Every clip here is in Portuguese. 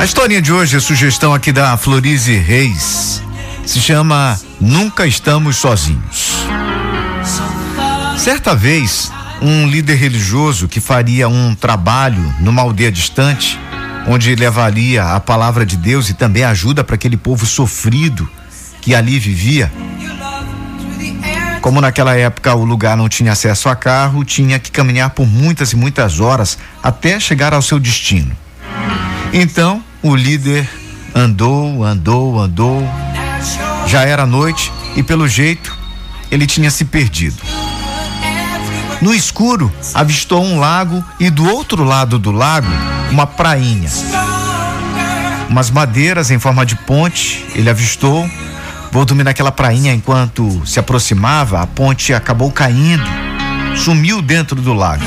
A historinha de hoje é sugestão aqui da Florize Reis. Se chama Nunca Estamos Sozinhos. Certa vez, um líder religioso que faria um trabalho numa aldeia distante, onde levaria a palavra de Deus e também ajuda para aquele povo sofrido que ali vivia. Como naquela época o lugar não tinha acesso a carro, tinha que caminhar por muitas e muitas horas até chegar ao seu destino. Então, o líder andou. Já era noite e, pelo jeito, ele tinha se perdido. No escuro, avistou um lago e do outro lado do lago, uma prainha. Umas madeiras em forma de ponte, ele avistou. Vou dormir naquela prainha. Enquanto se aproximava, a ponte acabou caindo, sumiu dentro do lago.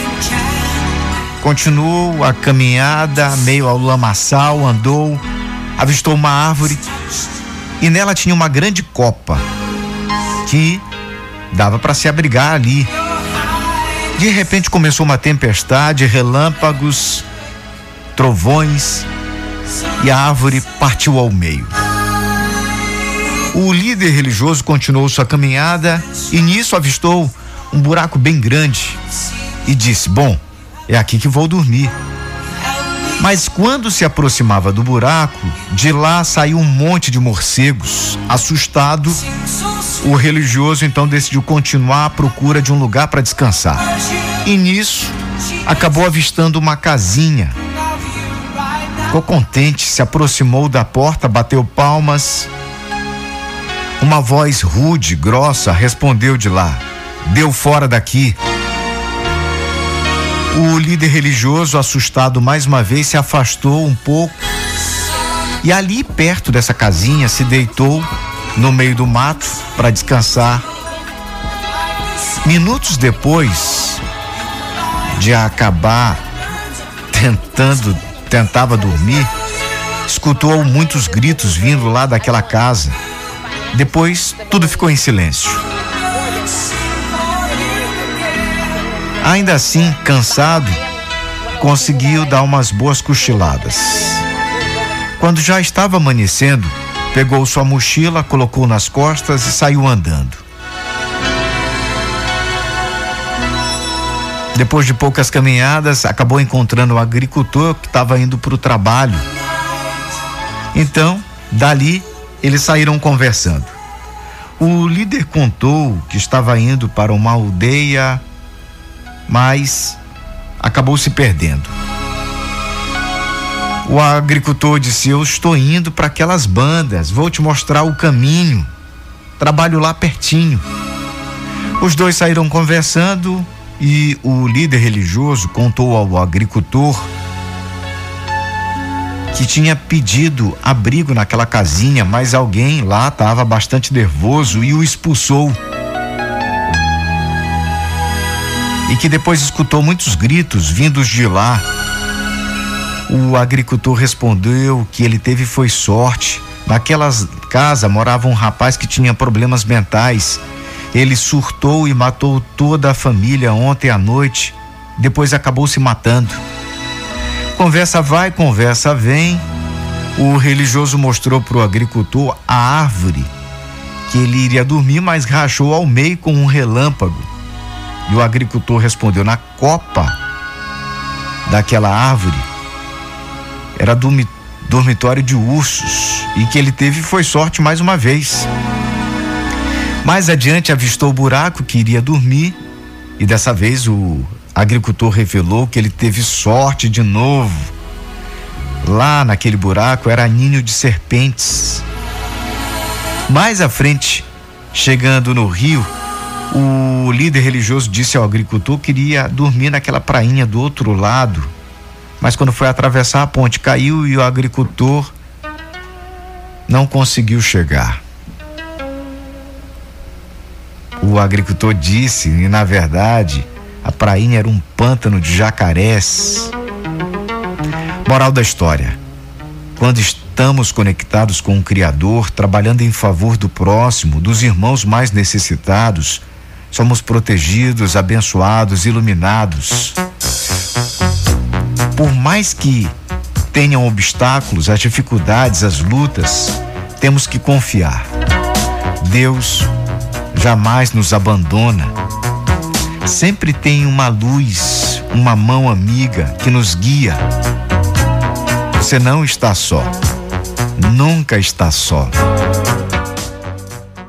Continuou a caminhada, meio ao lamaçal, andou, avistou uma árvore e nela tinha uma grande copa que dava para se abrigar ali. De repente começou uma tempestade, relâmpagos, trovões e a árvore partiu ao meio. O líder religioso continuou sua caminhada e nisso avistou um buraco bem grande e disse: bom, é aqui que vou dormir. Mas quando se aproximava do buraco, de lá saiu um monte de morcegos. Assustado, o religioso então decidiu continuar à procura de um lugar para descansar. E nisso, acabou avistando uma casinha. Ficou contente, se aproximou da porta, bateu palmas. Uma voz rude, grossa, respondeu de lá: deu fora daqui. O líder religioso, assustado mais uma vez, se afastou um pouco e ali perto dessa casinha se deitou no meio do mato para descansar. Minutos depois de acabar tentava dormir, escutou muitos gritos vindo lá daquela casa. Depois tudo ficou em silêncio. Ainda assim, cansado, conseguiu dar umas boas cochiladas. Quando já estava amanhecendo, pegou sua mochila, colocou nas costas e saiu andando. Depois de poucas caminhadas, acabou encontrando um agricultor que estava indo para o trabalho. Então, dali, eles saíram conversando. O líder contou que estava indo para uma aldeia, mas acabou se perdendo. O agricultor disse: eu estou indo para aquelas bandas, vou te mostrar o caminho, trabalho lá pertinho. Os dois saíram conversando e o líder religioso contou ao agricultor que tinha pedido abrigo naquela casinha, mas alguém lá estava bastante nervoso e o expulsou. E que depois escutou muitos gritos vindos de lá. O agricultor respondeu que ele teve foi sorte. Naquela casa morava um rapaz que tinha problemas mentais. Ele surtou e matou toda a família ontem à noite. Depois acabou se matando. Conversa vai, conversa vem. O religioso mostrou para o agricultor a árvore que ele iria dormir, mas rachou ao meio com um relâmpago. E o agricultor respondeu: na copa daquela árvore era dormitório de ursos e que ele teve foi sorte mais uma vez. Mais adiante avistou o buraco que iria dormir e dessa vez o agricultor revelou que ele teve sorte de novo. Lá naquele buraco era ninho de serpentes. Mais à frente, chegando no rio, o líder religioso disse ao agricultor que iria dormir naquela prainha do outro lado, mas quando foi atravessar a ponte caiu e o agricultor não conseguiu chegar. O agricultor disse que na verdade a prainha era um pântano de jacarés. Moral da história: quando estamos conectados com o Criador, trabalhando em favor do próximo, dos irmãos mais necessitados, somos protegidos, abençoados, iluminados. Por mais que tenham obstáculos, as dificuldades, as lutas, temos que confiar. Deus jamais nos abandona. Sempre tem uma luz, uma mão amiga que nos guia. Você não está só. Nunca está só.